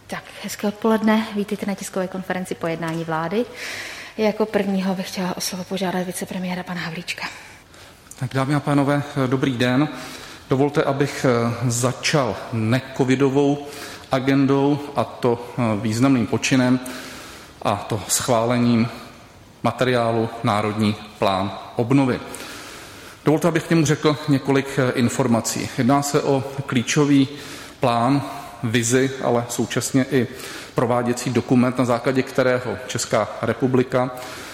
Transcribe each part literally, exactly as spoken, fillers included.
Tak, hezké odpoledne. Vítejte na tiskové konferenci po jednání vlády. Jako prvního bych chtěla o slovo požádat vicepremiéra pana Havlíčka. Tak, dámy a pánové, dobrý den. Dovolte, abych začal necovidovou agendou, a to významným počinem, a to schválením materiálu Národní plán obnovy. Dovolte, abych k němu řekl několik informací. Jedná se o klíčový plán, vizi, ale současně i prováděcí dokument, na základě kterého Česká republika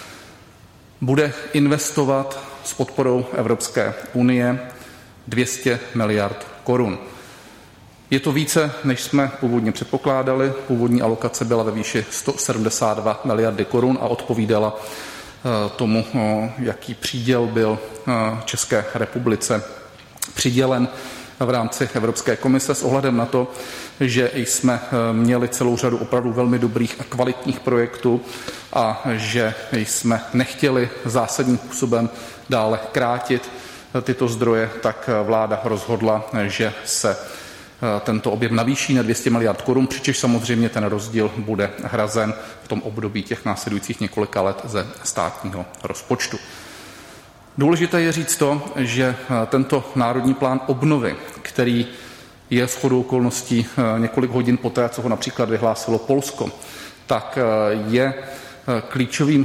bude investovat s podporou Evropské unie dvě stě miliard korun. Je to více, než jsme původně předpokládali. Původní alokace byla ve výši sto sedmdesát dva miliardy korun a odpovídala tomu, jaký příděl byl České republice přidělen v rámci Evropské komise s ohledem na to, že jsme měli celou řadu opravdu velmi dobrých a kvalitních projektů a že jsme nechtěli zásadním způsobem dále krátit tyto zdroje, tak vláda rozhodla, že se tento objem navýší na dvě stě miliard korun, přičemž samozřejmě ten rozdíl bude hrazen v tom období těch následujících několika let ze státního rozpočtu. Důležité je říct to, že tento národní plán obnovy, který je shodou okolností několik hodin poté, co ho například vyhlásilo Polsko, tak je klíčovým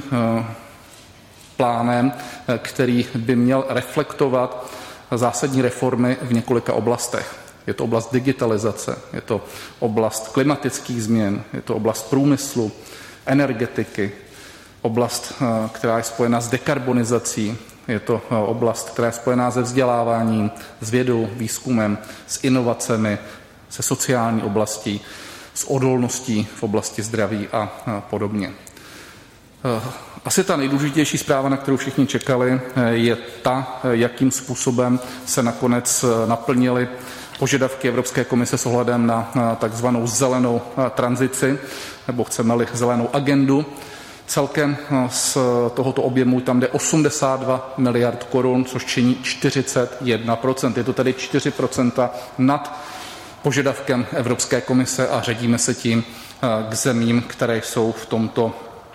plánem, který by měl reflektovat zásadní reformy v několika oblastech. Je to oblast digitalizace, je to oblast klimatických změn, je to oblast průmyslu, energetiky, oblast, která je spojena s dekarbonizací, je to oblast, která je spojená se vzděláváním, s vědou, výzkumem, s inovacemi, se sociální oblastí, s odolností v oblasti zdraví a podobně. Asi ta nejdůležitější zpráva, na kterou všichni čekali, je ta, jakým způsobem se nakonec naplnily požadavky Evropské komise s ohledem na takzvanou zelenou tranzici, nebo chceme-li zelenou agendu. Celkem z tohoto objemu tam jde osmdesát dva miliard korun, což činí čtyřicet jedna procent. Je to tedy čtyři procenta nad požadavkem Evropské komise a řadíme se tím k zemím, které jsou v tomto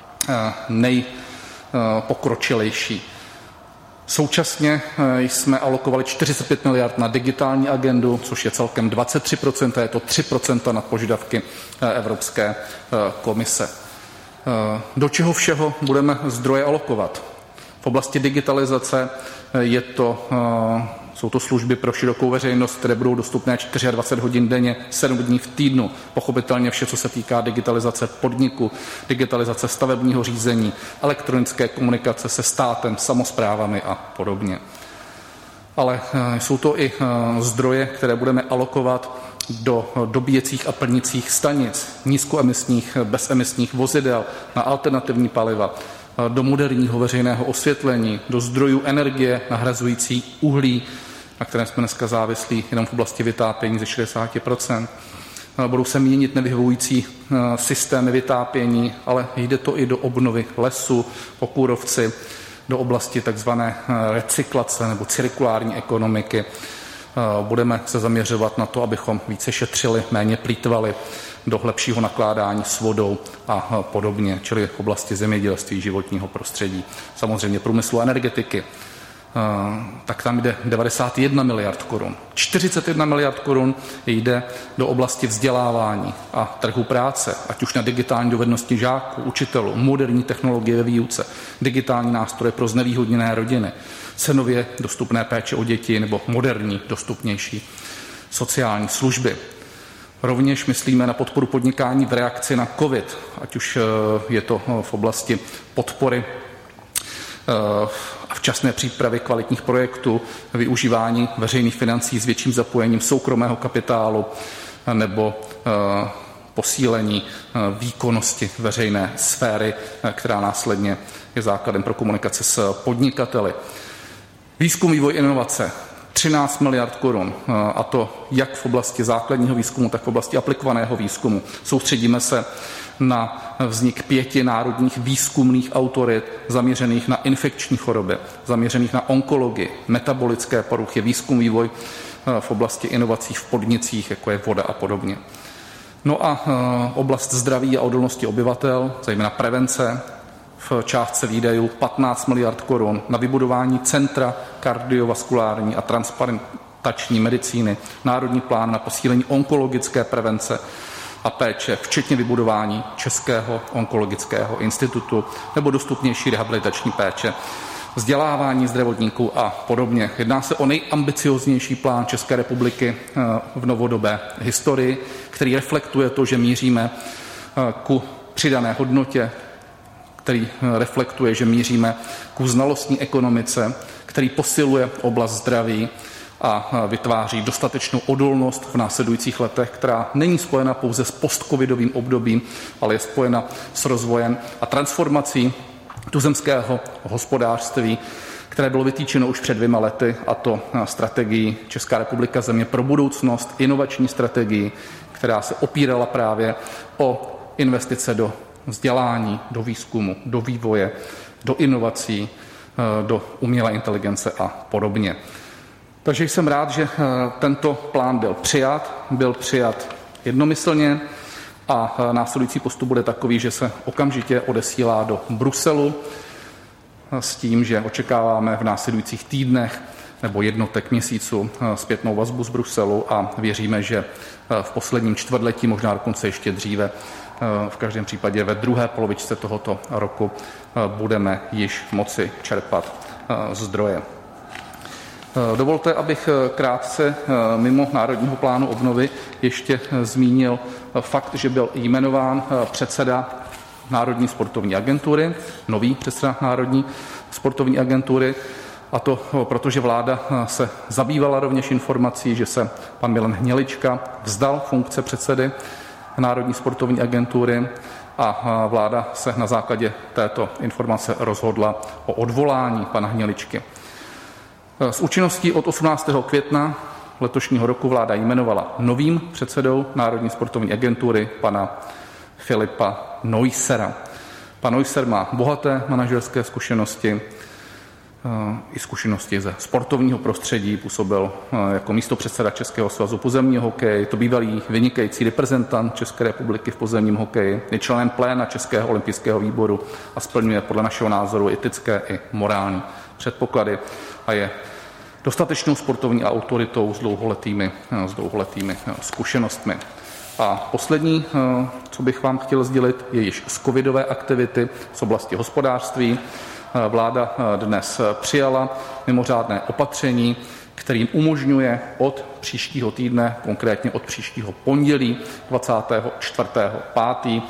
nejpokročilejší. Současně jsme alokovali čtyřicet pět miliard na digitální agendu, což je celkem dvacet tři procent, je to tři procenta nad požadavky Evropské komise. Do čeho všeho budeme zdroje alokovat? V oblasti digitalizace je to, jsou to služby pro širokou veřejnost, které budou dostupné dvacet čtyři hodin denně, sedm dní v týdnu. Pochopitelně vše, co se týká digitalizace podniku, digitalizace stavebního řízení, elektronické komunikace se státem, samosprávami a podobně. Ale jsou to i zdroje, které budeme alokovat do dobíjecích a plnicích stanic, nízkoemisních, bezemisních vozidel, na alternativní paliva, do moderního veřejného osvětlení, do zdrojů energie nahrazující uhlí, na kterém jsme dneska závislí jenom v oblasti vytápění ze šedesát procent. Budou se měnit nevyhovující systémy vytápění, ale jde to i do obnovy lesu, po kůrovci, do oblasti takzvané recyklace nebo cirkulární ekonomiky. Budeme se zaměřovat na to, abychom více šetřili, méně plýtvali, do lepšího nakládání s vodou a podobně, čili v oblasti zemědělství, životního prostředí, samozřejmě průmyslu a energetiky. Tak tam jde devadesát jedna miliard korun. čtyřicet jedna miliard korun jde do oblasti vzdělávání a trhu práce, ať už na digitální dovednosti žáků, učitelů, moderní technologie ve výuce, digitální nástroje pro znevýhodněné rodiny, cenově dostupné péče o děti nebo moderní, dostupnější sociální služby. Rovněž myslíme na podporu podnikání v reakci na COVID, ať už je to v oblasti podpory a včasné přípravy kvalitních projektů, využívání veřejných financí s větším zapojením soukromého kapitálu nebo posílení výkonnosti veřejné sféry, která následně je základem pro komunikaci s podnikateli. Výzkum, vývoj, inovace. třináct miliard korun, a to jak v oblasti základního výzkumu, tak v oblasti aplikovaného výzkumu. Soustředíme se na vznik pěti národních výzkumných autorit zaměřených na infekční choroby, zaměřených na onkologii, metabolické poruchy, výzkum, vývoj v oblasti inovací v podnicích, jako je voda a podobně. No a oblast zdraví a odolnosti obyvatel, zejména prevence, v částce výdajů patnáct miliard korun na vybudování centra kardiovaskulární a transplantační medicíny, národní plán na posílení onkologické prevence a péče, včetně vybudování Českého onkologického institutu nebo dostupnější rehabilitační péče, vzdělávání zdravotníků a podobně. Jedná se o nejambicioznější plán České republiky v novodobé historii, který reflektuje to, že míříme ku přidané hodnotě, který reflektuje, že míříme ku znalostní ekonomice, který posiluje oblast zdraví a vytváří dostatečnou odolnost v následujících letech, která není spojena pouze s postcovidovým obdobím, ale je spojena s rozvojem a transformací tuzemského hospodářství, které bylo vytýčeno už před dvěma lety, a to strategii Česká republika země pro budoucnost, inovační strategii, která se opírala právě o investice do vzdělání, do výzkumu, do vývoje, do inovací, do umělé inteligence a podobně. Takže jsem rád, že tento plán byl přijat, byl přijat jednomyslně a následující postup bude takový, že se okamžitě odesílá do Bruselu s tím, že očekáváme v následujících týdnech nebo jednotek měsíců zpětnou vazbu z Bruselu a věříme, že v posledním čtvrtletí, možná dokonce ještě dříve, v každém případě ve druhé polovičce tohoto roku budeme již moci čerpat zdroje. Dovolte, abych krátce mimo Národního plánu obnovy ještě zmínil fakt, že byl jmenován předseda Národní sportovní agentury, nový předseda Národní sportovní agentury, a to protože vláda se zabývala rovněž informací, že se pan Milan Hnilička vzdal funkce předsedy Národní sportovní agentury a vláda se na základě této informace rozhodla o odvolání pana Hniličky. S účinností od osmnáctého května letošního roku vláda jmenovala novým předsedou Národní sportovní agentury pana Filipa Neussera. Pan Neusser má bohaté manažerské zkušenosti, i zkušenosti ze sportovního prostředí, působil jako místopředseda Českého svazu pozemního hokeje, je to bývalý vynikající reprezentant České republiky v pozemním hokeji, je členem pléna Českého olympijského výboru a splňuje podle našeho názoru etické i morální předpoklady a je dostatečnou sportovní autoritou s dlouholetými, s dlouholetými zkušenostmi. A poslední, co bych vám chtěl sdělit, je již z covidové aktivity z oblasti hospodářství. Vláda dnes přijala mimořádné opatření, kterým umožňuje od příštího týdne, konkrétně od příštího pondělí dvacátého čtvrtého pátého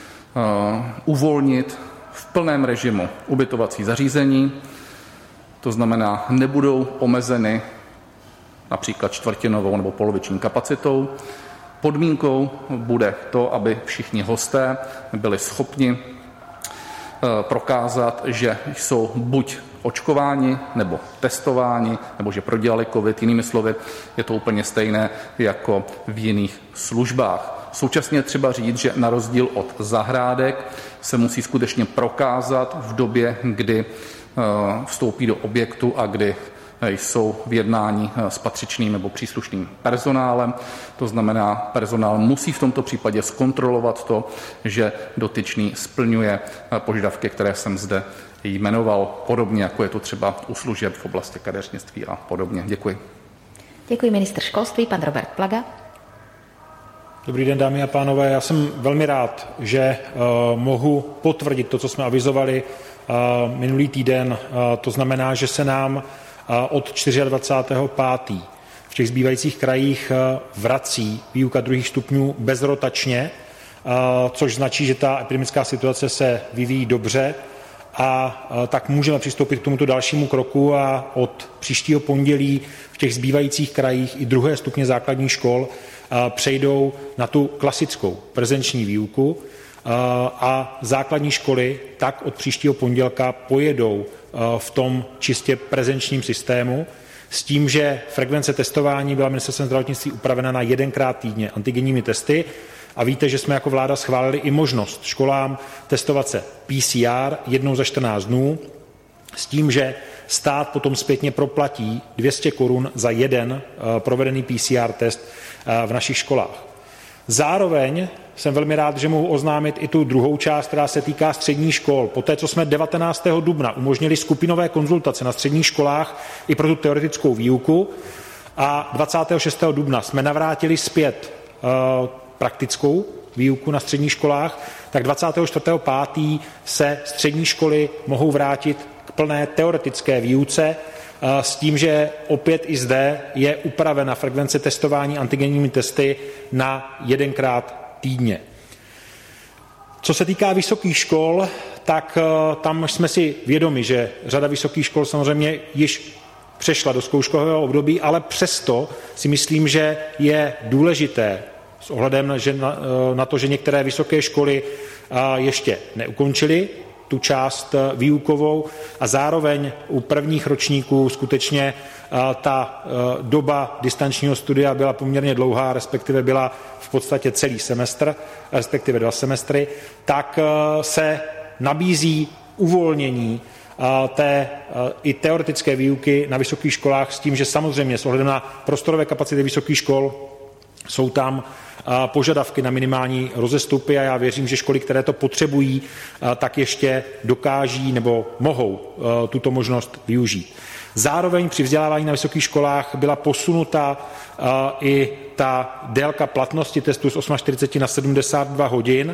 uvolnit v plném režimu ubytovací zařízení. To znamená, nebudou omezeny například čtvrtinovou nebo poloviční kapacitou. Podmínkou bude to, aby všichni hosté byli schopni prokázat, že jsou buď očkováni nebo testováni, nebo že prodělali covid. Jinými slovy, je to úplně stejné jako v jiných službách. Současně třeba říct, že na rozdíl od zahrádek se musí skutečně prokázat v době, kdy vstoupí do objektu a kdy jsou v jednání s patřičným nebo příslušným personálem. To znamená, personál musí v tomto případě zkontrolovat to, že dotyčný splňuje požadavky, které jsem zde jmenoval, podobně jako je to třeba u služeb v oblasti kadeřnictví a podobně. Děkuji. Děkuji ministr školství, pan Robert Plaga. Dobrý den, dámy a pánové. Já jsem velmi rád, že uh, mohu potvrdit to, co jsme avizovali uh, minulý týden. Uh, to znamená, že se nám uh, od dvacátého čtvrtého pátého v těch zbývajících krajích uh, vrací výuka druhých stupňů bezrotačně, uh, což značí, že ta epidemická situace se vyvíjí dobře a uh, tak můžeme přistoupit k tomuto dalšímu kroku a od příštího pondělí v těch zbývajících krajích i druhé stupně základních škol přejdou na tu klasickou prezenční výuku a základní školy tak od příštího pondělka pojedou v tom čistě prezenčním systému s tím, že frekvence testování byla ministerstvem zdravotnictví upravena na jedenkrát týdně antigenními testy a víte, že jsme jako vláda schválili i možnost školám testovat se P C R jednou za čtrnáct dnů s tím, že stát potom zpětně proplatí dvě stě korun za jeden provedený P C R test v našich školách. Zároveň jsem velmi rád, že mohu oznámit i tu druhou část, která se týká středních škol. Poté, co jsme devatenáctého dubna umožnili skupinové konzultace na středních školách i pro tu teoretickou výuku a dvacátého šestého dubna jsme navrátili zpět uh, praktickou výuku na středních školách, tak dvacátého čtvrtého pátého se střední školy mohou vrátit k plné teoretické výuce s tím, že opět i zde je upravena frekvence testování antigenními testy na jedenkrát týdně. Co se týká vysokých škol, tak tam jsme si vědomi, že řada vysokých škol samozřejmě již přešla do zkouškového období, ale přesto si myslím, že je důležité s ohledem na to, že některé vysoké školy ještě neukončily tu část výukovou a zároveň u prvních ročníků skutečně ta doba distančního studia byla poměrně dlouhá, respektive byla v podstatě celý semestr, respektive dva semestry, tak se nabízí uvolnění té i teoretické výuky na vysokých školách s tím, že samozřejmě s ohledem na prostorové kapacity vysokých škol jsou tam požadavky na minimální rozestupy a já věřím, že školy, které to potřebují, tak ještě dokáží nebo mohou tuto možnost využít. Zároveň při vzdělávání na vysokých školách byla posunuta i ta délka platnosti testu z čtyřicet osm na sedmdesát dva hodin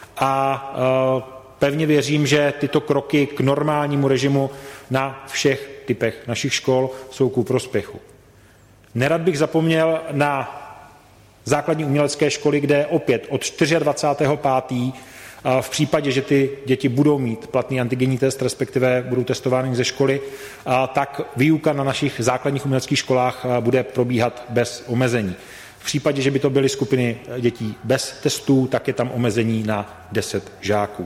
a pevně věřím, že tyto kroky k normálnímu režimu na všech typech našich škol jsou ku prospěchu. Nerad bych zapomněl na základní umělecké školy, kde opět od dvacátého pátého v případě, že ty děti budou mít platný antigenní test, respektive budou testovány ze školy, tak výuka na našich základních uměleckých školách bude probíhat bez omezení. V případě, že by to byly skupiny dětí bez testů, tak je tam omezení na deset žáků.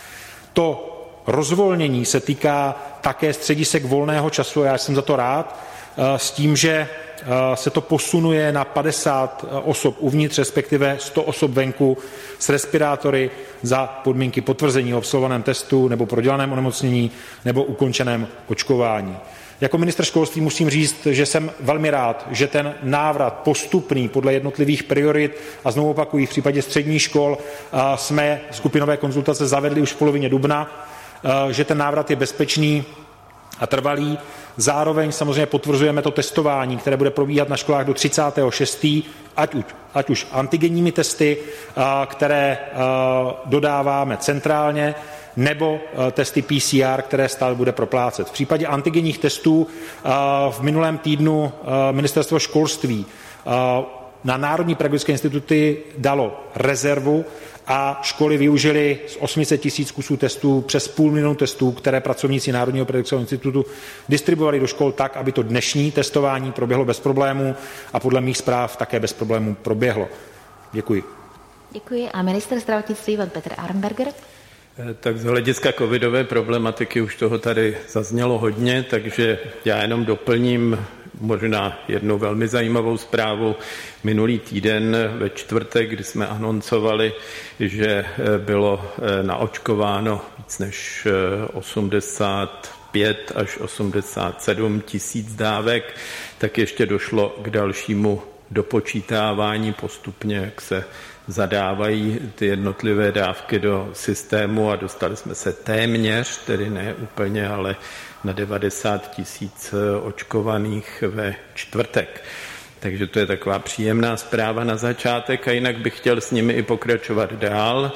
To rozvolnění se týká také středisek volného času a já jsem za to rád, s tím, že se to posunuje na padesát osob uvnitř, respektive sto osob venku s respirátory za podmínky potvrzení o absolvovaném testu nebo prodělaném onemocnění nebo ukončeném očkování. Jako ministr školství musím říct, že jsem velmi rád, že ten návrat postupný podle jednotlivých priorit a znovu opakuji, v případě středních škol jsme skupinové konzultace zavedli už v polovině dubna, že ten návrat je bezpečný a trvalý. Zároveň samozřejmě potvrzujeme to testování, které bude probíhat na školách do třicátého šestého Ať už, ať už antigenními testy, které dodáváme centrálně, nebo testy P C R, které stát bude proplácet. V případě antigenních testů v minulém týdnu ministerstvo školství na Národní pedagogické instituty dalo rezervu a školy využily z osm set tisíc kusů testů přes půl milionu testů, které pracovníci Národního pedagogického institutu distribuovali do škol tak, aby to dnešní testování proběhlo bez problémů a podle mých zpráv také bez problémů proběhlo. Děkuji. Děkuji. A ministr zdravotnictví Ivan Petr Arenberger? Tak z hlediska covidové problematiky už toho tady zaznělo hodně, takže já jenom doplním možná jednu velmi zajímavou zprávu. Minulý týden ve čtvrtek, kdy jsme anoncovali, že bylo naočkováno víc než osmdesát pět až osmdesát sedm tisíc dávek, tak ještě došlo k dalšímu dopočítávání postupně, jak se zadávají ty jednotlivé dávky do systému a dostali jsme se téměř, tedy ne úplně, ale na devadesát tisíc očkovaných ve čtvrtek. Takže to je taková příjemná zpráva na začátek a jinak bych chtěl s nimi i pokračovat dál.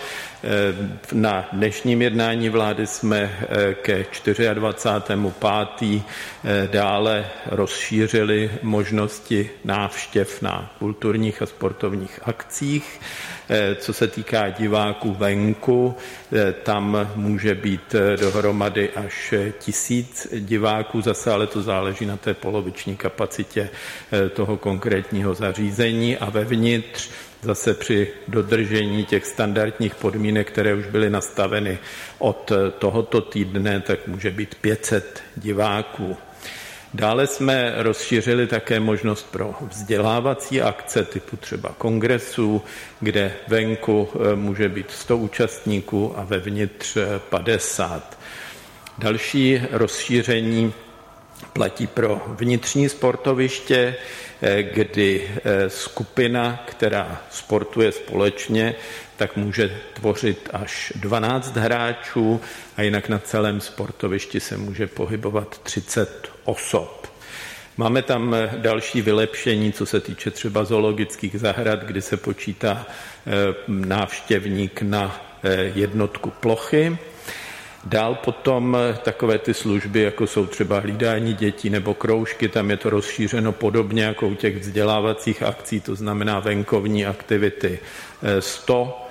Na dnešním jednání vlády jsme ke dvacátému pátému dále rozšířili možnosti návštěv na kulturních a sportovních akcích. Co se týká diváků venku, tam může být dohromady až tisíc diváků, zase ale to záleží na té poloviční kapacitě toho konkrétního zařízení a vevnitř zase při dodržení těch standardních podmínek, které už byly nastaveny od tohoto týdne, tak může být pět set diváků. Dále jsme rozšířili také možnost pro vzdělávací akce typu třeba kongresů, kde venku může být sto účastníků a vevnitř padesát. Další rozšíření platí pro vnitřní sportoviště, kdy skupina, která sportuje společně, tak může tvořit až dvanáct hráčů a jinak na celém sportovišti se může pohybovat třicet osob. Máme tam další vylepšení, co se týče třeba zoologických zahrad, kdy se počítá návštěvník na jednotku plochy. Dál potom takové ty služby, jako jsou třeba hlídání dětí nebo kroužky, tam je to rozšířeno podobně jako u těch vzdělávacích akcí, to znamená venkovní aktivity sto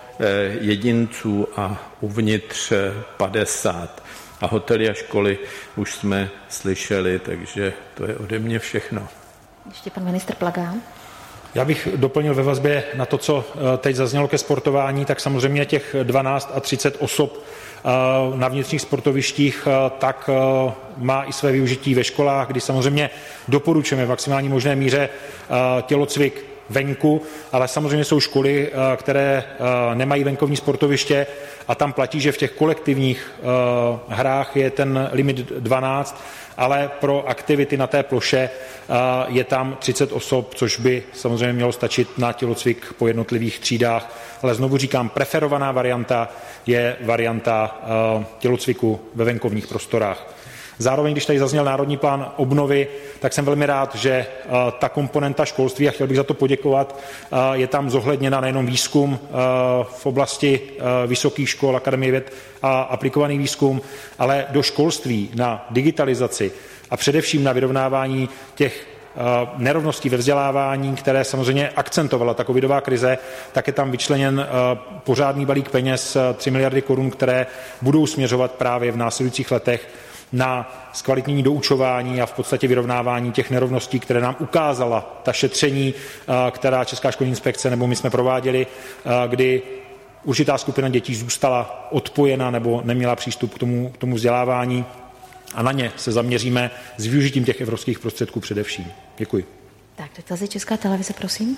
jedinců a uvnitř padesát. A hotely a školy už jsme slyšeli, takže to je ode mě všechno. Ještě pan ministr Plaga. Já bych doplnil ve vazbě na to, co teď zaznělo ke sportování, tak samozřejmě těch dvanáct a třicet osob na vnitřních sportovištích, tak má i své využití ve školách, kdy samozřejmě doporučujeme v maximální možné míře tělocvik venku, ale samozřejmě jsou školy, které nemají venkovní sportoviště a tam platí, že v těch kolektivních hrách je ten limit dvanáct, ale pro aktivity na té ploše je tam třicet osob, což by samozřejmě mělo stačit na tělocvik po jednotlivých třídách. Ale znovu říkám, preferovaná varianta je varianta tělocviku ve venkovních prostorách. Zároveň, když tady zazněl Národní plán obnovy, tak jsem velmi rád, že ta komponenta školství, a chtěl bych za to poděkovat, je tam zohledněna nejenom výzkum v oblasti vysokých škol, Akademie věd a aplikovaný výzkum, ale do školství, na digitalizaci a především na vyrovnávání těch nerovností ve vzdělávání, které samozřejmě akcentovala ta covidová krize, tak je tam vyčleněn pořádný balík peněz, tři miliardy korun, které budou směřovat právě v následujících letech na zkvalitnění doučování a v podstatě vyrovnávání těch nerovností, které nám ukázala ta šetření, která Česká školní inspekce nebo my jsme prováděli, kdy určitá skupina dětí zůstala odpojena nebo neměla přístup k tomu, k tomu vzdělávání a na ně se zaměříme s využitím těch evropských prostředků především. Děkuji. Tak, dotazy Česká televize, prosím.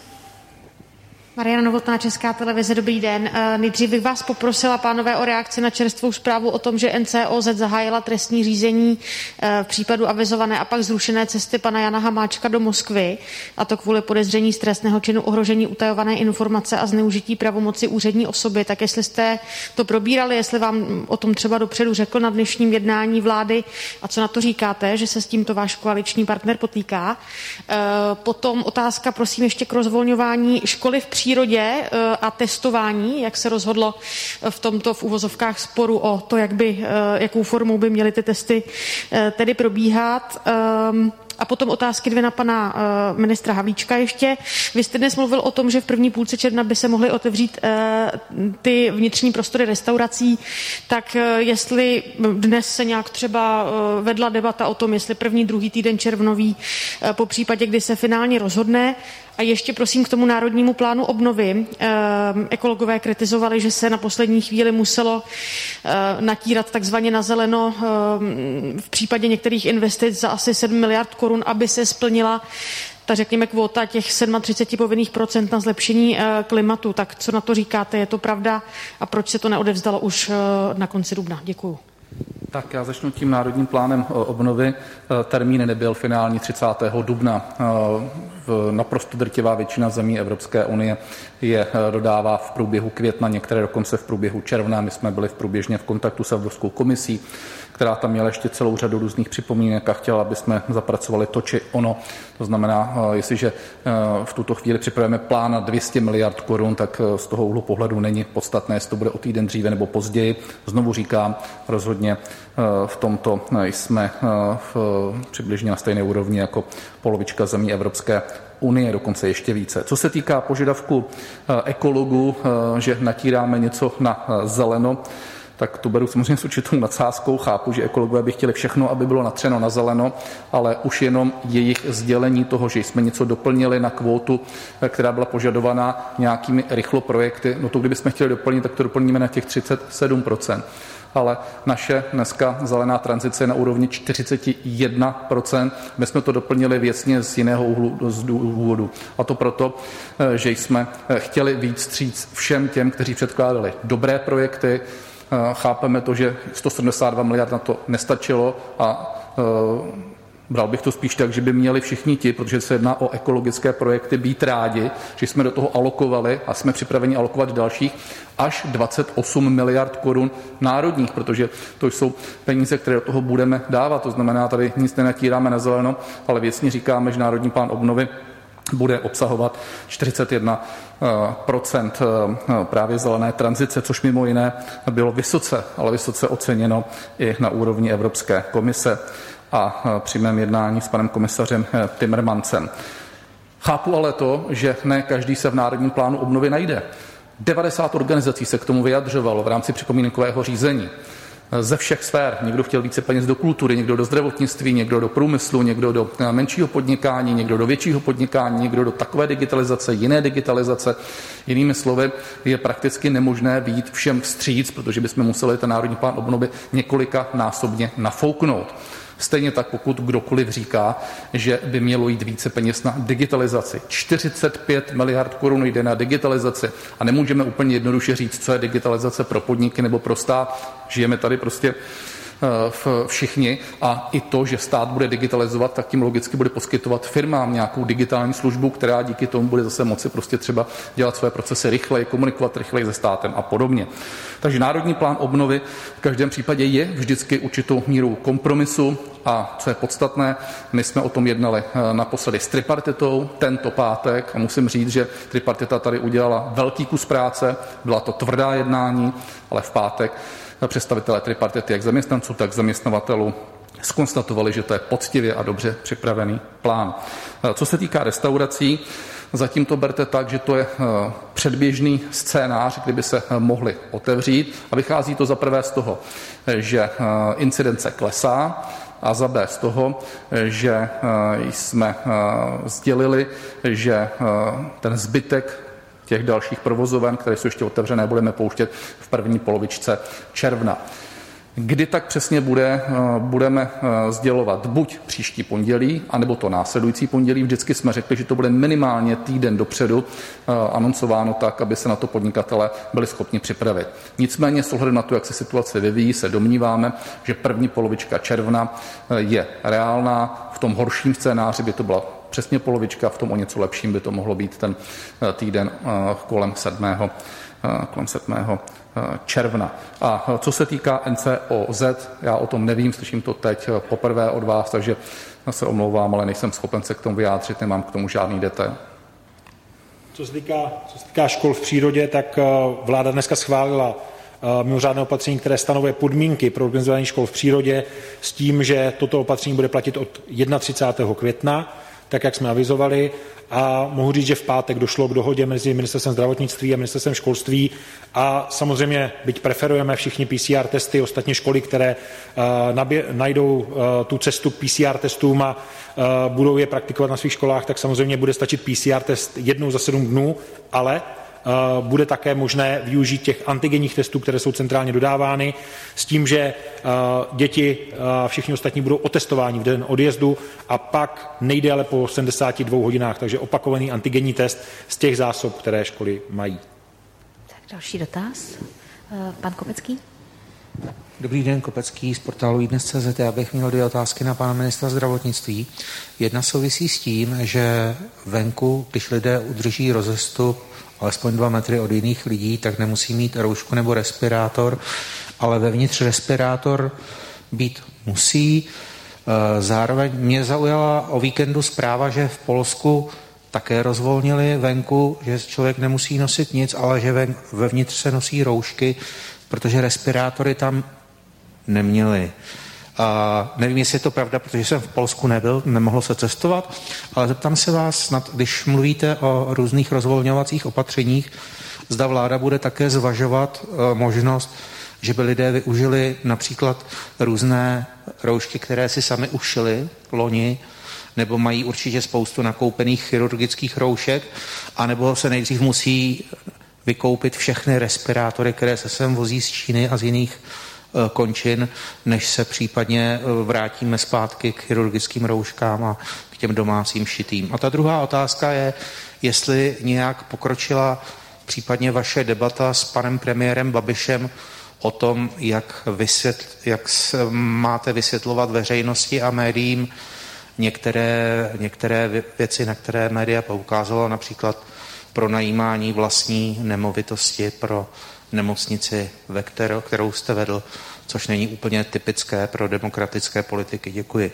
Mariana Novotná, Česká televize, dobrý den. Nejdřív bych vás poprosila, pánové, o reakci na čerstvou zprávu o tom, že N C O Z zahájila trestní řízení v případu avizované a pak zrušené cesty pana Jana Hamáčka do Moskvy, a to kvůli podezření z trestného činu ohrožení utajované informace a zneužití pravomoci úřední osoby. Tak jestli jste to probírali, jestli vám o tom třeba dopředu řekl na dnešním jednání vlády a co na to říkáte, že se s tímto váš koaliční partner potýká. Potom otázka, prosím, ještě k rozvolňování školy v přírodě a testování, jak se rozhodlo v tomto v uvozovkách sporu o to, jak by, jakou formou by měly ty testy tedy probíhat. A potom otázky dvě na pana uh, ministra Havlíčka ještě. Vy jste dnes mluvil o tom, že v první půlce června by se mohly otevřít uh, ty vnitřní prostory restaurací, tak uh, jestli dnes se nějak třeba uh, vedla debata o tom, jestli první, druhý týden červnový, uh, po případě, kdy se finálně rozhodne. A ještě prosím k tomu národnímu plánu obnovy. Ekologové kritizovali, že se na poslední chvíli muselo natírat takzvaně na zeleno v případě některých investic za asi sedm miliard korun, aby se splnila ta, řekněme, kvóta těch třicet sedm povinných procent na zlepšení klimatu. Tak co na to říkáte? Je to pravda? A proč se to neodevzdalo už na konci dubna? Děkuju. Tak já začnu tím národním plánem obnovy. Termín nebyl finální třicátého dubna. Naprosto drtivá většina zemí Evropské unie je dodává v průběhu května, některé dokonce v průběhu června. My jsme byli v průběžně v kontaktu s Evropskou komisí, která tam měla ještě celou řadu různých připomínek a chtěla, aby jsme zapracovali to či ono. To znamená, jestliže v tuto chvíli připravujeme plán na dvě stě miliard korun, tak z toho úhlu pohledu není podstatné, jestli to bude o týden dříve nebo později. Znovu říkám, rozhodně v tomto jsme v přibližně na stejné úrovni jako polovička zemí Evropské unie, dokonce ještě více. Co se týká požadavku ekologů, že natíráme něco na zeleno, tak to beru samozřejmě s určitou nadsázkou. Chápu, že ekologové by chtěli všechno, aby bylo natřeno na zeleno, ale už jenom jejich sdělení toho, že jsme něco doplnili na kvótu, která byla požadovaná nějakými rychloprojekty, no to kdybychom chtěli doplnit, tak to doplníme na těch třicet sedm procent. Ale naše dneska zelená tranzice je na úrovni čtyřicet jedna procent. My jsme to doplnili věcně z jiného úhlu z důvodu. A to proto, že jsme chtěli víc vstříc všem těm, kteří předkládali dobré projekty. Chápeme to, že sto sedmdesát dva miliard na to nestačilo a Bral bych to spíš tak, že by měli všichni ti, protože se jedná o ekologické projekty, být rádi, že jsme do toho alokovali a jsme připraveni alokovat dalších až dvacet osm miliard korun národních, protože to jsou peníze, které do toho budeme dávat. To znamená, tady nic nenatíráme na zeleno, ale věcně říkáme, že Národní plán obnovy bude obsahovat čtyřicet jedna procent právě zelené tranzice, což mimo jiné bylo vysoce, ale vysoce oceněno i na úrovni Evropské komise a při mém jednání s panem komisařem Timmermansem. Chápu ale to, že ne každý se v Národním plánu obnovy najde. devadesát organizací se k tomu vyjadřovalo v rámci připomínkového řízení. Ze všech sfér. Někdo chtěl více peněz do kultury, někdo do zdravotnictví, někdo do průmyslu, někdo do menšího podnikání, někdo do většího podnikání, někdo do takové digitalizace, jiné digitalizace. Jinými slovy, je prakticky nemožné vyjít všem vstříc, protože bychom museli ten Národní plán obnovy několika násobně nafouknout. Stejně tak, pokud kdokoliv říká, že by mělo jít více peněz na digitalizaci. čtyřicet pět miliard korun jde na digitalizaci a nemůžeme úplně jednoduše říct, co je digitalizace pro podniky nebo pro stát. Žijeme tady prostě všichni a i to, že stát bude digitalizovat, tak tím logicky bude poskytovat firmám nějakou digitální službu, která díky tomu bude zase moci prostě třeba dělat své procesy rychleji, komunikovat rychleji se státem a podobně. Takže Národní plán obnovy v každém případě je vždycky určitou mírou kompromisu a co je podstatné, my jsme o tom jednali naposledy s tripartitou tento pátek a musím říct, že tripartita tady udělala velký kus práce, byla to tvrdá jednání, ale v pátek představitelé tripartity, jak zaměstnanců, tak zaměstnavatelů, zkonstatovali, že to je poctivě a dobře připravený plán. Co se týká restaurací, zatím to berte tak, že to je předběžný scénář, kdyby se mohli otevřít a vychází to za prvé z toho, že incidence klesá a za B z toho, že jsme sdělili, že ten zbytek těch dalších provozoven, které jsou ještě otevřené, budeme pouštět v první polovičce června. Kdy tak přesně bude, budeme sdělovat buď příští pondělí, anebo to následující pondělí. Vždycky jsme řekli, že to bude minimálně týden dopředu anoncováno tak, aby se na to podnikatelé byli schopni připravit. Nicméně s ohledem na to, jak se situace vyvíjí, se domníváme, že první polovička června je reálná. V tom horším scénáři by to byla přesně polovička, v tom o něco lepším by to mohlo být ten týden kolem sedmého kolem sedmého června. A co se týká N C O Z, já o tom nevím, slyším to teď poprvé od vás, takže se omlouvám, ale nejsem schopen se k tomu vyjádřit, nemám k tomu žádný detail. Co se týká, co se týká škol v přírodě, tak vláda dneska schválila mimořádné opatření, které stanovuje podmínky pro organizování škol v přírodě s tím, že toto opatření bude platit od třicátého prvního května, tak jak jsme avizovali. A mohu říct, že v pátek došlo k dohodě mezi Ministerstvem zdravotnictví a Ministerstvem školství a samozřejmě, byť preferujeme všichni P C R testy, ostatně školy, které uh, nabě, najdou uh, tu cestu k P C R testům a uh, budou je praktikovat na svých školách, tak samozřejmě bude stačit P C R test jednou za sedm dnů, ale Uh, bude také možné využít těch antigenních testů, které jsou centrálně dodávány, s tím, že uh, děti a uh, všichni ostatní budou otestováni v den odjezdu a pak nejdéle po sedmdesáti dvou hodinách, takže opakovaný antigenní test z těch zásob, které školy mají. Tak další dotaz. Uh, pan Kopecký. Dobrý den, Kopecký z portálu iDnes tečka cé zet. Já bych měl dvě otázky na pana ministra zdravotnictví. Jedna souvisí s tím, že venku, když lidé udrží rozestup alespoň dva metry od jiných lidí, tak nemusí mít roušku nebo respirátor, ale vevnitř respirátor být musí. Zároveň mě zaujala o víkendu zpráva, že v Polsku také rozvolnili venku, že člověk nemusí nosit nic, ale že vevnitř se nosí roušky, protože respirátory tam neměli. A nevím, jestli je to pravda, protože jsem v Polsku nebyl, nemohlo se cestovat, ale zeptám se vás snad, když mluvíte o různých rozvolňovacích opatřeních, zda vláda bude také zvažovat uh, možnost, že by lidé využili například různé roušky, které si sami ušili loni, nebo mají určitě spoustu nakoupených chirurgických roušek, anebo se nejdřív musí vykoupit všechny respirátory, které se sem vozí z Číny a z jiných končin, než se případně vrátíme zpátky k chirurgickým rouškám a k těm domácím šitým. A ta druhá otázka je, jestli nějak pokročila případně vaše debata s panem premiérem Babišem o tom, jak, vysvětl, jak máte vysvětlovat veřejnosti a médiím, některé, některé věci, na které média poukázala, například pronajímání vlastní nemovitosti pro nemocnici, ve kterou, kterou jste vedl, což není úplně typické pro demokratické politiky. Děkuji.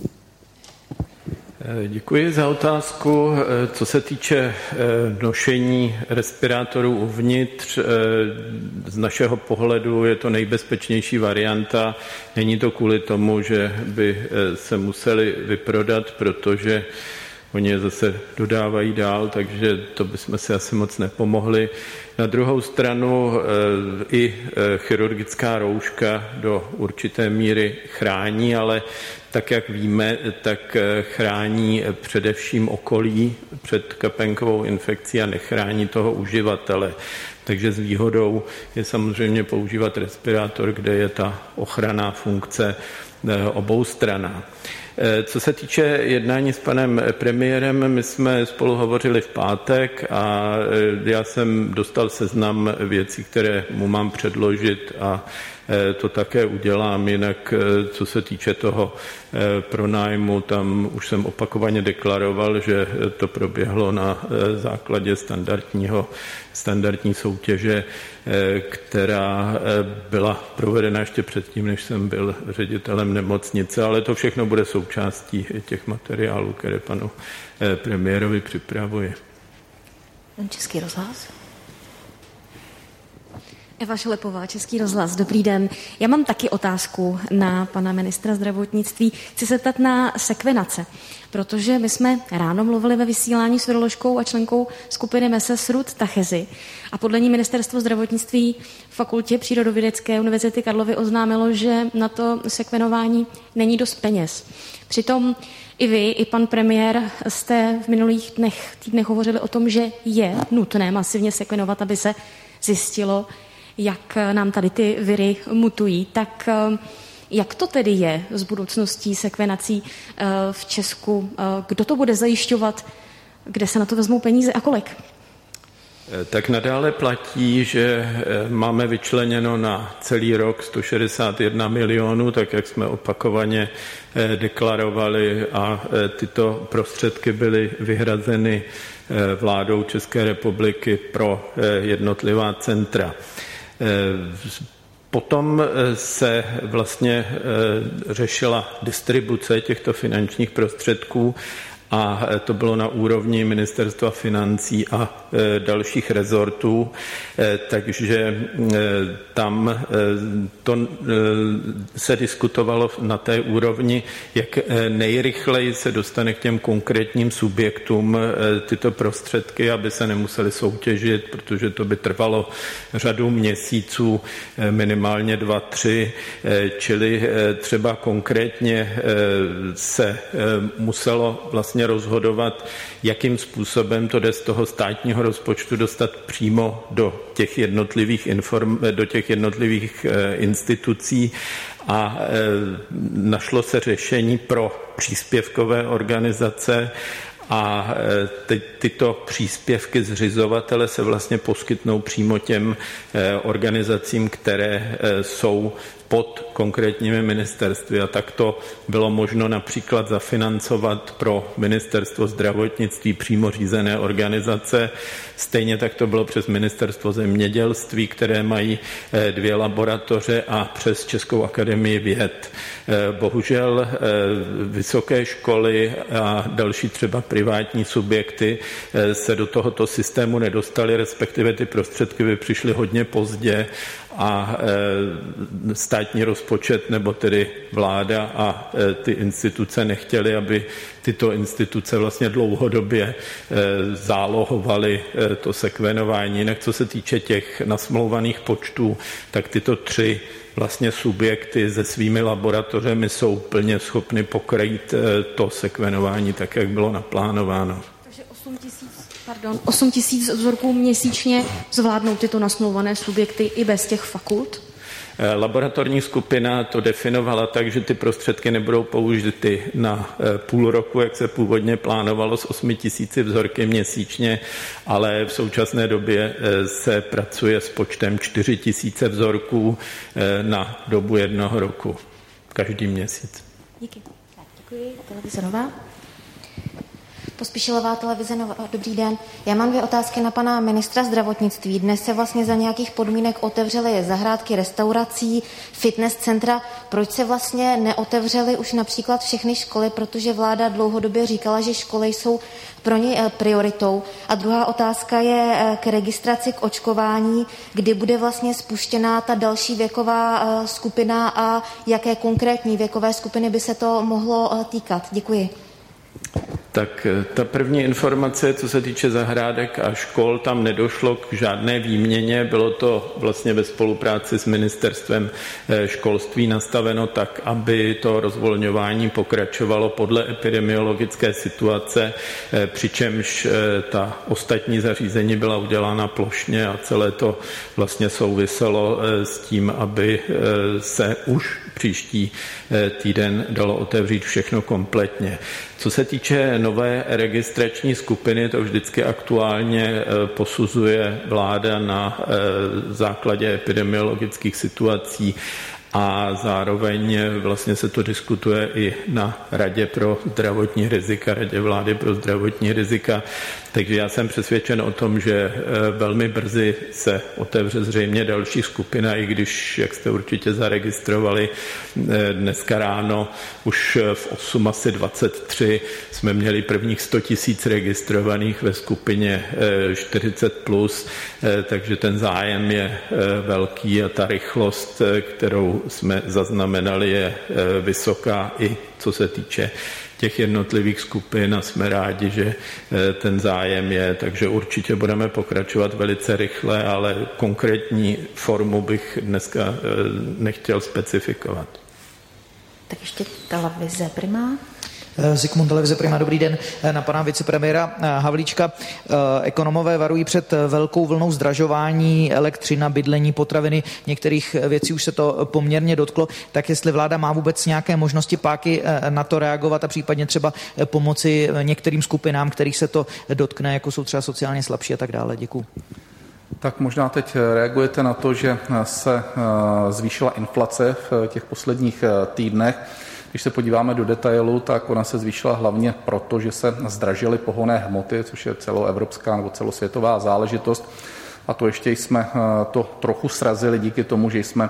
Děkuji za otázku. Co se týče nošení respirátorů uvnitř, z našeho pohledu je to nejbezpečnější varianta. Není to kvůli tomu, že by se museli vyprodat, protože oni je zase dodávají dál, takže to bychom si asi moc nepomohli. Na druhou stranu i chirurgická rouška do určité míry chrání, ale tak, jak víme, tak chrání především okolí před kapénkovou infekcí a nechrání toho uživatele. Takže s výhodou je samozřejmě používat respirátor, kde je ta ochranná funkce oboustranná. Co se týče jednání s panem premiérem, my jsme spolu hovořili v pátek a já jsem dostal seznam věcí, které mu mám předložit a to také udělám. Jinak, co se týče toho pronájmu, tam už jsem opakovaně deklaroval, že to proběhlo na základě standardního, standardní soutěže, která byla provedena ještě předtím, než jsem byl ředitelem nemocnice, ale to všechno bude součástí těch materiálů, které panu premiérovi připravuje. Český rozhlas. Eva Šelepová, Český rozhlas. Dobrý den. Já mám taky otázku na pana ministra zdravotnictví. Chci se ptat na sekvenace, protože my jsme ráno mluvili ve vysílání s viroložkou a členkou skupiny M S S Ruth Tachezi a podle ní ministerstvo zdravotnictví v fakultě Přírodovědecké univerzity Karlovy oznámilo, že na to sekvenování není dost peněz. Přitom i vy, i pan premiér jste v minulých dnech, týdnech hovořili o tom, že je nutné masivně sekvenovat, aby se zjistilo, jak nám tady ty viry mutují. Tak jak to tedy je s budoucností sekvenací v Česku? Kdo to bude zajišťovat? Kde se na to vezmou peníze a kolik? Tak nadále platí, že máme vyčleněno na celý rok sto šedesát jedna milionů, tak jak jsme opakovaně deklarovali, a tyto prostředky byly vyhrazeny vládou České republiky pro jednotlivá centra. Potom se vlastně řešila distribuce těchto finančních prostředků a to bylo na úrovni Ministerstva financí a dalších rezortů, takže tam to se diskutovalo na té úrovni, jak nejrychleji se dostane k těm konkrétním subjektům tyto prostředky, aby se nemuseli soutěžit, protože to by trvalo řadu měsíců, minimálně dva, tři, čili třeba konkrétně se muselo vlastně rozhodovat, jakým způsobem to jde z toho státního rozpočtu dostat přímo do těch jednotlivých, inform, do těch jednotlivých institucí a našlo se řešení pro příspěvkové organizace a ty, tyto příspěvky zřizovatele se vlastně poskytnou přímo těm organizacím, které jsou pod konkrétními ministerstvy. A tak to bylo možno například zafinancovat pro Ministerstvo zdravotnictví přímo řízené organizace. Stejně tak to bylo přes Ministerstvo zemědělství, které mají dvě laboratoře, a přes Českou akademii věd. Bohužel vysoké školy a další třeba privátní subjekty se do tohoto systému nedostaly, respektive ty prostředky by přišly hodně pozdě a státní rozpočet, nebo tedy vláda a ty instituce nechtěly, aby tyto instituce vlastně dlouhodobě zálohovaly to sekvenování. Jinak co se týče těch nasmlouvaných počtů, tak tyto tři vlastně subjekty se svými laboratořemi jsou plně schopny pokrýt to sekvenování tak, jak bylo naplánováno. Takže osm tisíc, pardon, osm tisíc vzorků měsíčně zvládnou tyto nasmlouvané subjekty i bez těch fakult? Laboratorní skupina to definovala tak, že ty prostředky nebudou použity na půl roku, jak se původně plánovalo, s osmi tisíci vzorky měsíčně, ale v současné době se pracuje s počtem čtyři tisíce vzorků na dobu jednoho roku, každý měsíc. Díky. Děkuji. Televize Nová. Pospíšilová, televize Nová. Dobrý den. Já mám dvě otázky na pana ministra zdravotnictví. Dnes se vlastně za nějakých podmínek otevřely zahrádky restaurací, fitness centra. Proč se vlastně neotevřely už například všechny školy, protože vláda dlouhodobě říkala, že školy jsou pro ně prioritou. A druhá otázka je k registraci k očkování, kdy bude vlastně spuštěná ta další věková skupina a jaké konkrétní věkové skupiny by se to mohlo týkat. Děkuji. Tak ta první informace, co se týče zahrádek a škol, tam nedošlo k žádné výměně. Bylo to vlastně ve spolupráci s ministerstvem školství nastaveno tak, aby to rozvolňování pokračovalo podle epidemiologické situace, přičemž ta ostatní zařízení byla udělána plošně a celé to vlastně souviselo s tím, aby se už příští týden dalo otevřít všechno kompletně. Co se týče nové registrační skupiny, to vždycky aktuálně posuzuje vláda na základě epidemiologických situací a zároveň vlastně se to diskutuje i na Radě pro zdravotní rizika, Radě vlády pro zdravotní rizika. Takže já jsem přesvědčen o tom, že velmi brzy se otevře zřejmě další skupina, i když, jak jste určitě zaregistrovali, dneska ráno už v osm asi dvacet tři jsme měli prvních sto tisíc registrovaných ve skupině čtyřicet plus, takže ten zájem je velký a ta rychlost, kterou jsme zaznamenali, je vysoká i co se týče těch jednotlivých skupin a jsme rádi, že ten zájem je, takže určitě budeme pokračovat velice rychle, ale konkrétní formu bych dneska nechtěl specifikovat. Tak ještě televize Prima. Zikmund, televize Prima, dobrý den. Na pana vicepremiéra Havlíčka. Ekonomové varují před velkou vlnou zdražování, elektřina, bydlení, potraviny. Některých věcí už se to poměrně dotklo. Tak jestli vláda má vůbec nějaké možnosti páky na to reagovat a případně třeba pomoci některým skupinám, kterých se to dotkne, jako jsou třeba sociálně slabší a tak dále. Děkuju. Tak možná teď reagujete na to, že se zvýšila inflace v těch posledních týdnech. Když se podíváme do detailu, tak ona se zvýšila hlavně proto, že se zdražily pohonné hmoty, což je celoevropská nebo celosvětová záležitost. A to ještě jsme to trochu srazili díky tomu, že jsme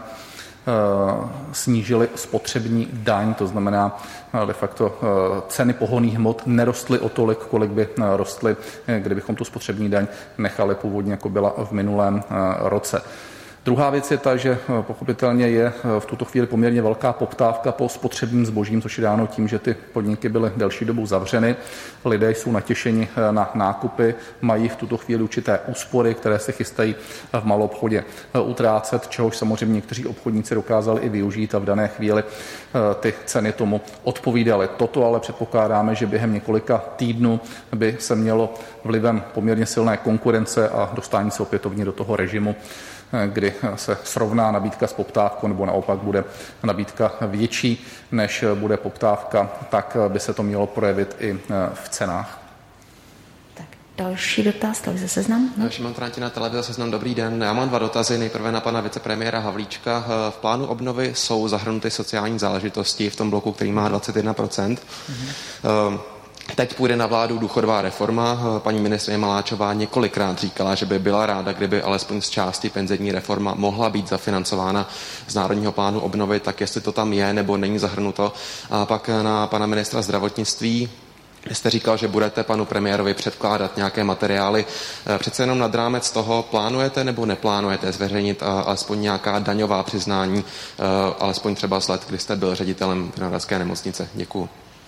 snížili spotřební daň, to znamená de facto ceny pohonných hmot nerostly o tolik, kolik by rostly, kdybychom tu spotřební daň nechali původně, jako byla v minulém roce. Druhá věc je ta, že pochopitelně je v tuto chvíli poměrně velká poptávka po spotřebním zbožím, což je dáno tím, že ty podniky byly delší dobu zavřeny. Lidé jsou natěšeni na nákupy, mají v tuto chvíli určité úspory, které se chystají v maloobchodě utrácet, čehož samozřejmě někteří obchodníci dokázali i využít a v dané chvíli ty ceny tomu odpovídaly. Toto ale předpokládáme, že během několika týdnů by se mělo vlivem poměrně silné konkurence a dostání se opětovně do toho režimu, kdy se srovná nabídka s poptávkou, nebo naopak bude nabídka větší, než bude poptávka, tak by se to mělo projevit i v cenách. Tak další dotaz, televize Seznam. No. Šimon Trantina, televize Seznam, dobrý den. Já mám dva dotazy. Nejprve na pana vicepremiéra Havlíčka. V plánu obnovy jsou zahrnuty sociální záležitosti v tom bloku, který má dvacet jedna procent. Mm-hmm. Teď půjde na vládu důchodová reforma. Paní ministryně Maláčová několikrát říkala, že by byla ráda, kdyby alespoň z části penzijní reforma mohla být zafinancována z Národního plánu obnovy, tak jestli to tam je nebo není zahrnuto. A pak na pana ministra zdravotnictví. Jste říkal, že budete panu premiérovi předkládat nějaké materiály. Přece jenom nad rámec toho plánujete nebo neplánujete zveřejnit alespoň nějaká daňová přiznání, alespoň třeba z let, kdy jste byl ředitelem Vinohradské nemocnice. Děkuju.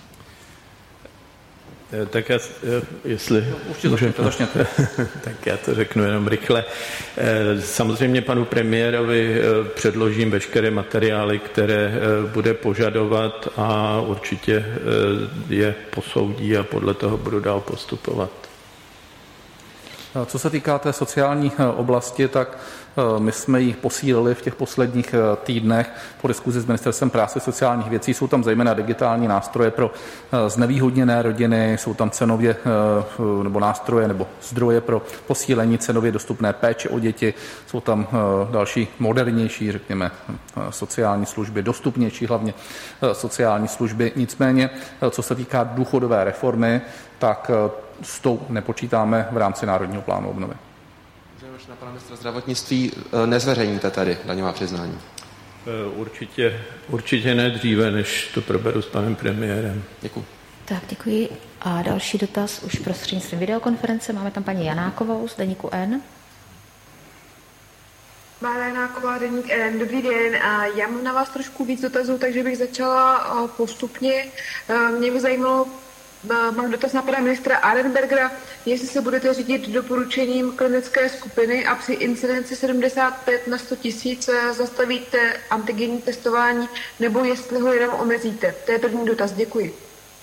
Tak já, jestli... Určitě začněte, začněte. Tak já to řeknu jenom rychle. Samozřejmě panu premiérovi předložím veškeré materiály, které bude požadovat a určitě je posoudí a podle toho budu dál postupovat. Co se týká té sociální oblasti, tak My jsme ji posílili v těch posledních týdnech po diskuzi s Ministerstvem práce a sociálních věcí. Jsou tam zejména digitální nástroje pro znevýhodněné rodiny, jsou tam cenově nebo nástroje nebo zdroje pro posílení cenově dostupné péče o děti, jsou tam další modernější, řekněme, sociální služby, dostupnější hlavně sociální služby. Nicméně, co se týká důchodové reformy, tak s tou nepočítáme v rámci Národního plánu obnovy. Na pana ministra zdravotnictví nezveřejníte tady daňová přiznání? Určitě, určitě ne dříve, než to proberu s panem premiérem. Děkuji. Tak, děkuji. A další dotaz už prostřednictvím videokonference. Máme tam paní Janákovou z deníku N. Mára Janáková, deník N. Dobrý den. Já mám na vás trošku víc dotazů, takže bych začala postupně. Mě by zajímalo, mám dotaz na pana ministra Arenbergera, jestli se budete řídit doporučením klinické skupiny a při incidenci sedmdesát pět na sto tisíc zastavíte antigenní testování, nebo jestli ho jenom omezíte. To je první dotaz. Děkuji.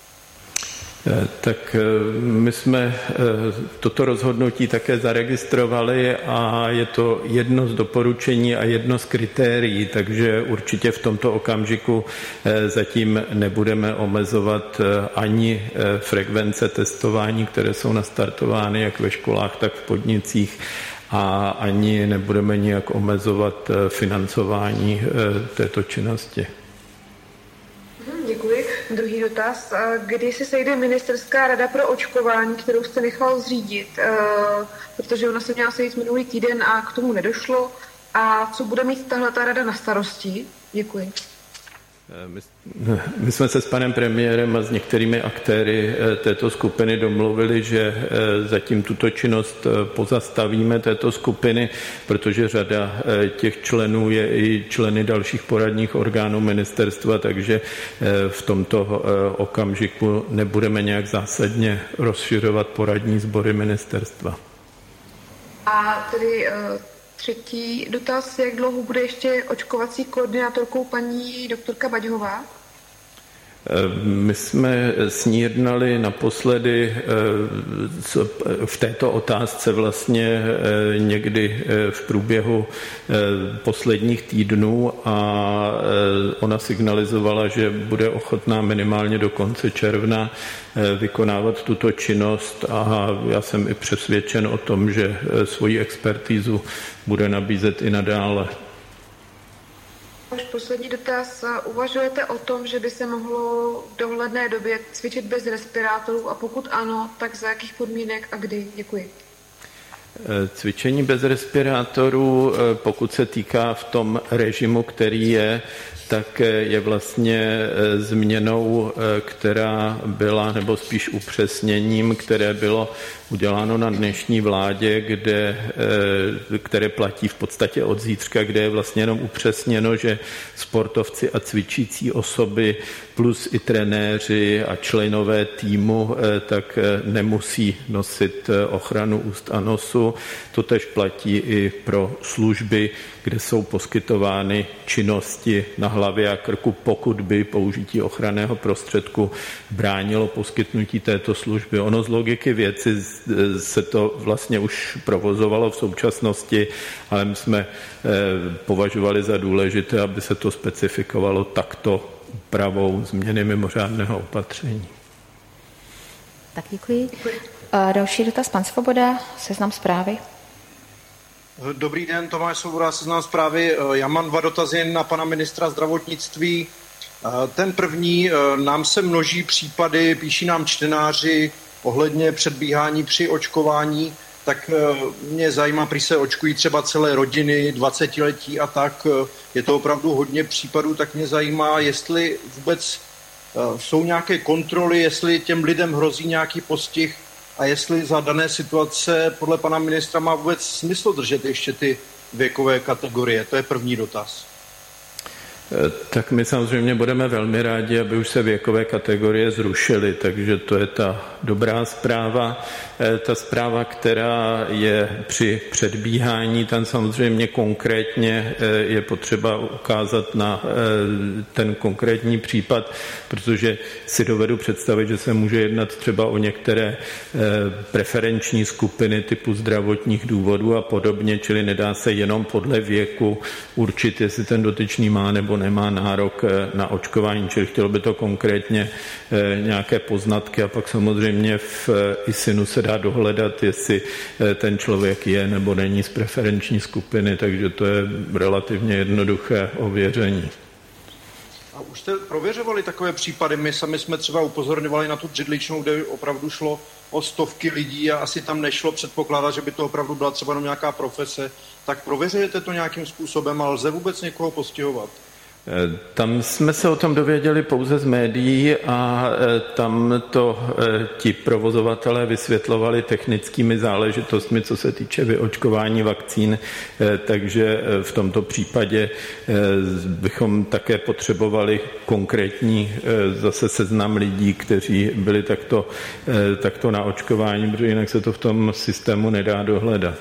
Tak my jsme toto rozhodnutí také zaregistrovali a je to jedno z doporučení a jedno z kritérií, takže určitě v tomto okamžiku zatím nebudeme omezovat ani frekvence testování, které jsou nastartovány jak ve školách, tak v podnicích, a ani nebudeme nijak omezovat financování této činnosti. Děkuji. Druhý dotaz. Kdy se sejde ministerská rada pro očkování, kterou jste nechal zřídit? Protože ona se měla sejít minulý týden a k tomu nedošlo. A co bude mít tahle rada na starosti? Děkuji. My, my jsme se s panem premiérem a s některými aktéry této skupiny domluvili, že zatím tuto činnost pozastavíme této skupiny, protože řada těch členů je i členy dalších poradních orgánů ministerstva, takže v tomto okamžiku nebudeme nějak zásadně rozšiřovat poradní sbory ministerstva. A tedy třetí dotaz, jak dlouho bude ještě očkovací koordinátorkou paní doktorka Baďhová? My jsme s ní jednali naposledy v této otázce vlastně někdy v průběhu posledních týdnů a ona signalizovala, že bude ochotná minimálně do konce června vykonávat tuto činnost a já jsem i přesvědčen o tom, že svoji expertízu bude nabízet i nadále. Až poslední dotaz. Uvažujete o tom, že by se mohlo v dohledné době cvičit bez respirátorů a pokud ano, tak za jakých podmínek a kdy? Děkuji. Cvičení bez respirátorů, pokud se týká v tom režimu, který je, tak je vlastně změnou, která byla, nebo spíš upřesněním, které bylo uděláno na dnešní vládě, kde, které platí v podstatě od zítřka, kde je vlastně jenom upřesněno, že sportovci a cvičící osoby plus i trenéři a členové týmu tak nemusí nosit ochranu úst a nosu. To tež platí i pro služby, kde jsou poskytovány činnosti na hlavě a krku, pokud by použití ochranného prostředku bránilo poskytnutí této služby. Ono z logiky věci se to vlastně už provozovalo v současnosti, ale my jsme považovali za důležité, aby se to specifikovalo takto úpravou změny mimořádného opatření. Tak děkuji. A další dotaz, pan Svoboda, Seznam Zprávy. Dobrý den, Tomáš Svoboda, Seznam Zprávy. Já mám dva dotazy na pana ministra zdravotnictví. Ten první, nám se množí případy, píší nám čtenáři ohledně předbíhání při očkování, tak mě zajímá, prý se očkují třeba celé rodiny, dvacetiletí a tak. Je to opravdu hodně případů, tak mě zajímá, jestli vůbec jsou nějaké kontroly, jestli těm lidem hrozí nějaký postih a jestli za dané situace podle pana ministra má vůbec smysl držet ještě ty věkové kategorie. To je první dotaz. Tak my samozřejmě budeme velmi rádi, aby už se věkové kategorie zrušily, takže to je ta dobrá zpráva. Ta zpráva, která je při předbíhání, tam samozřejmě konkrétně je potřeba ukázat na ten konkrétní případ, protože si dovedu představit, že se může jednat třeba o některé preferenční skupiny typu zdravotních důvodů a podobně, čili nedá se jenom podle věku určit, jestli ten dotyčný má nebo nemá nárok na očkování, čili chtělo by to konkrétně nějaké poznatky a pak samozřejmě v I S I N u se dá dohledat, jestli ten člověk je nebo není z preferenční skupiny, takže to je relativně jednoduché ověření. A už jste prověřovali takové případy? My sami jsme třeba upozorňovali na tu břidličnou, kde opravdu šlo o stovky lidí a asi tam nešlo předpokládat, že by to opravdu byla třeba jenom nějaká profese. Tak prověřujete to nějakým způsobem a lze vůbec někoho postihovat? Tam jsme se o tom dověděli pouze z médií a tam to ti provozovatelé vysvětlovali technickými záležitostmi, co se týče vyočkování vakcín, takže v tomto případě bychom také potřebovali konkrétní zase seznam lidí, kteří byli takto, takto na očkování, protože jinak se to v tom systému nedá dohledat.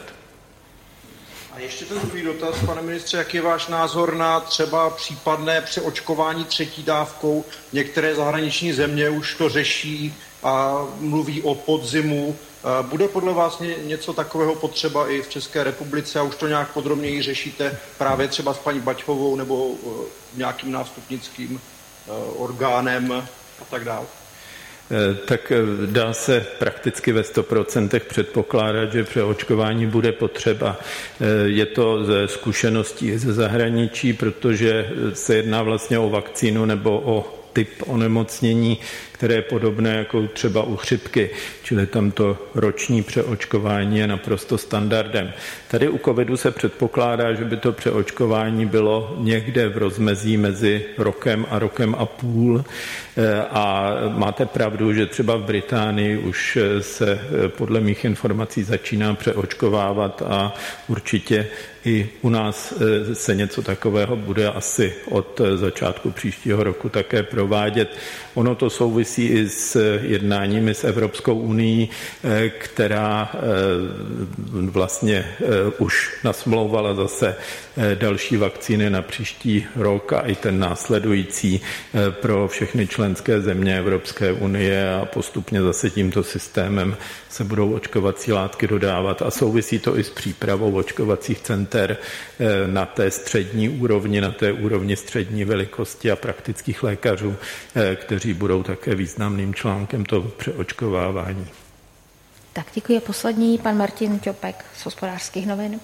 Ještě ten druhý dotaz, pane ministře, jaký je váš názor na třeba případné přeočkování třetí dávkou? Některé zahraniční země už to řeší a mluví o podzimu. Bude podle vás něco takového potřeba i v České republice a už to nějak podrobněji řešíte právě třeba s paní Baťhovou nebo nějakým nástupnickým orgánem a tak dále? Tak dá se prakticky ve sto procentech předpokládat, že přeočkování bude potřeba. Je to ze zkušeností ze zahraničí, protože se jedná vlastně o vakcínu nebo o typ onemocnění, které je podobné jako třeba u chřipky, čili tam to roční přeočkování je naprosto standardem. Tady u covidu se předpokládá, že by to přeočkování bylo někde v rozmezí mezi rokem a rokem a půl a máte pravdu, že třeba v Británii už se podle mých informací začíná přeočkovávat a určitě i u nás se něco takového bude asi od začátku příštího roku také provádět. Ono to souvisí i s jednáními s Evropskou unií, která vlastně už nasmlouvala zase další vakcíny na příští rok a i ten následující pro všechny členské země Evropské unie a postupně zase tímto systémem se budou očkovací látky dodávat a souvisí to i s přípravou očkovacích center na té střední úrovni, na té úrovni střední velikosti a praktických lékařů, kteří budou také významným článkem toho přeočkovávání. Tak děkuji. Poslední, pan Martin Ťopek z Hospodářských novin.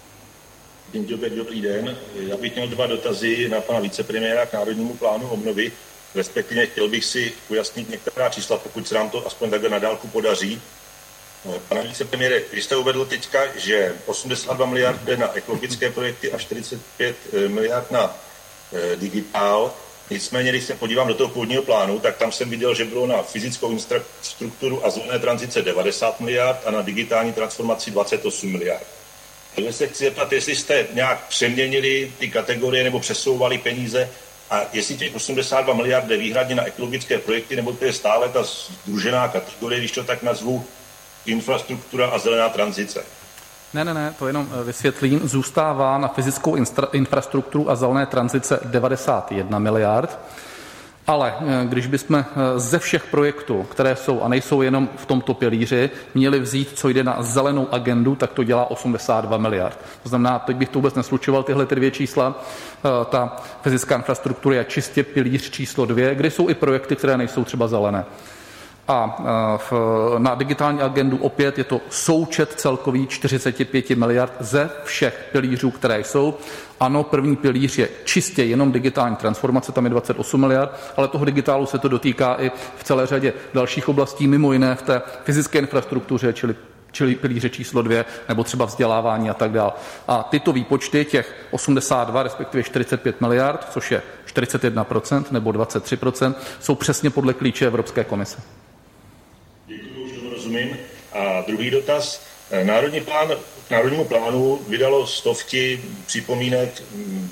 Ťopek, dobrý den. Já bych měl dva dotazy na pana vicepremiéra k Národnímu plánu obnovy. Respektive chtěl bych si ujasnit některá čísla, pokud se nám to aspoň takhle na dálku podaří. Pane vicepremiére, vy jste uvedl teďka, že osmdesát dva miliard jde na ekologické projekty a čtyřicet pět miliard na e, digitál. Nicméně, když se podívám do toho původního plánu, tak tam jsem viděl, že bylo na fyzickou infrastrukturu a zelené tranzice devadesát miliard a na digitální transformaci dvacet osm miliard. Takže se chci zeptat, jestli jste nějak přeměnili ty kategorie nebo přesouvali peníze a jestli těch osmdesát dva miliard jde výhradně na ekologické projekty, nebo to je stále ta sdružená kategorie, když to tak nazvu, infrastruktura a zelená tranzice. Ne, ne, ne, to jenom vysvětlím. Zůstává na fyzickou infrastrukturu a zelené tranzice devadesát jedna miliard, ale když bychom ze všech projektů, které jsou a nejsou jenom v tomto pilíři, měli vzít, co jde na zelenou agendu, tak to dělá osmdesát dva miliard. To znamená, teď bych to vůbec neslučoval tyhle ty dvě čísla. Ta fyzická infrastruktura je čistě pilíř číslo dvě, kde jsou i projekty, které nejsou třeba zelené. A na digitální agendu opět je to součet celkový čtyřicet pět miliard ze všech pilířů, které jsou. Ano, první pilíř je čistě jenom digitální transformace, tam je dvacet osm miliard, ale toho digitálu se to dotýká i v celé řadě dalších oblastí, mimo jiné v té fyzické infrastruktuře, čili čili pilíře číslo dvě, nebo třeba vzdělávání a tak dále. A tyto výpočty, těch osmdesát dva, respektive čtyřicet pět miliard, což je čtyřicet jedna procent nebo dvacet tři procent, jsou přesně podle klíče Evropské komise. Děkuji, už tomu rozumím. A druhý dotaz. Národní plán, k Národnímu plánu vydalo stovky připomínek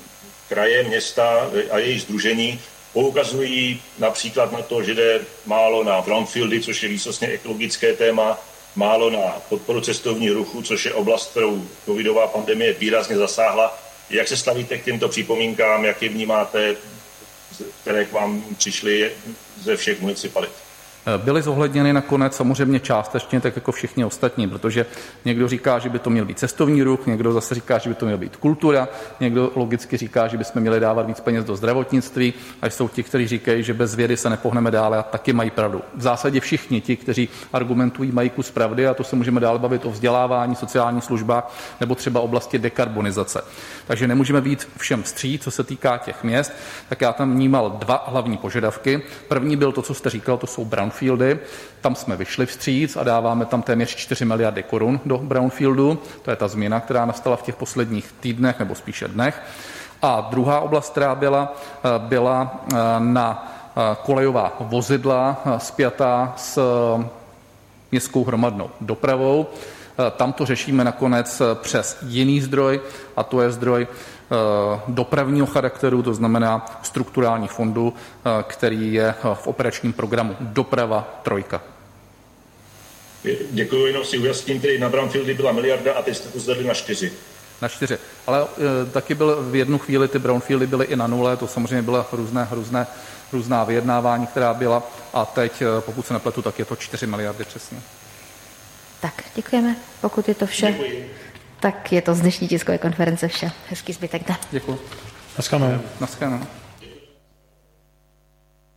kraje, města a jejich sdružení poukazují například na to, že jde málo na brownfieldy, což je výsostně ekologické téma, málo na podporu cestovního ruchu, což je oblast, kterou covidová pandemie výrazně zasáhla. Jak se stavíte k těmto připomínkám, jak je vnímáte, které k vám přišly ze všech municipalit? Byly zohledněny nakonec samozřejmě částečně, tak jako všichni ostatní, protože někdo říká, že by to měl být cestovní ruch, někdo zase říká, že by to měl být kultura, někdo logicky říká, že bychom měli dávat víc peněz do zdravotnictví, a jsou ti, kteří říkají, že bez vědy se nepohneme dále, a taky mají pravdu. V zásadě všichni ti, kteří argumentují, mají kus pravdy, a to se můžeme dál bavit o vzdělávání, sociálních službách nebo třeba oblasti dekarbonizace. Takže nemůžeme být všem vstříc, co se týká těch měst, tak já tam vnímal dva hlavní požadavky. První byl to, co jste říkal, to jsou brownfieldy. Tam jsme vyšli vstříc a dáváme tam téměř čtyři miliardy korun do brownfieldu. To je ta změna, která nastala v těch posledních týdnech nebo spíše dnech. A druhá oblast, která byla, byla na kolejová vozidla spjatá s městskou hromadnou dopravou. Tam to řešíme nakonec přes jiný zdroj, a to je zdroj dopravního charakteru, to znamená strukturální fondu, který je v operačním programu Doprava trojka. Děkuji, jenom si ujasním, tedy na brownfieldy byla miliarda a teď jste to zvedli na čtyři. Na čtyři. Ale e, taky byl v jednu chvíli ty brownfieldy byly i na nule, to samozřejmě byla různé, různé, různá vyjednávání, která byla, a teď, pokud se nepletu, tak je to čtyři miliardy přesně. Tak, děkujeme. Pokud je to vše, Děkuji. tak je to z dnešní tiskové konference vše. Hezký zbytek dne. Děkuji. Naschledanou. Naschledanou.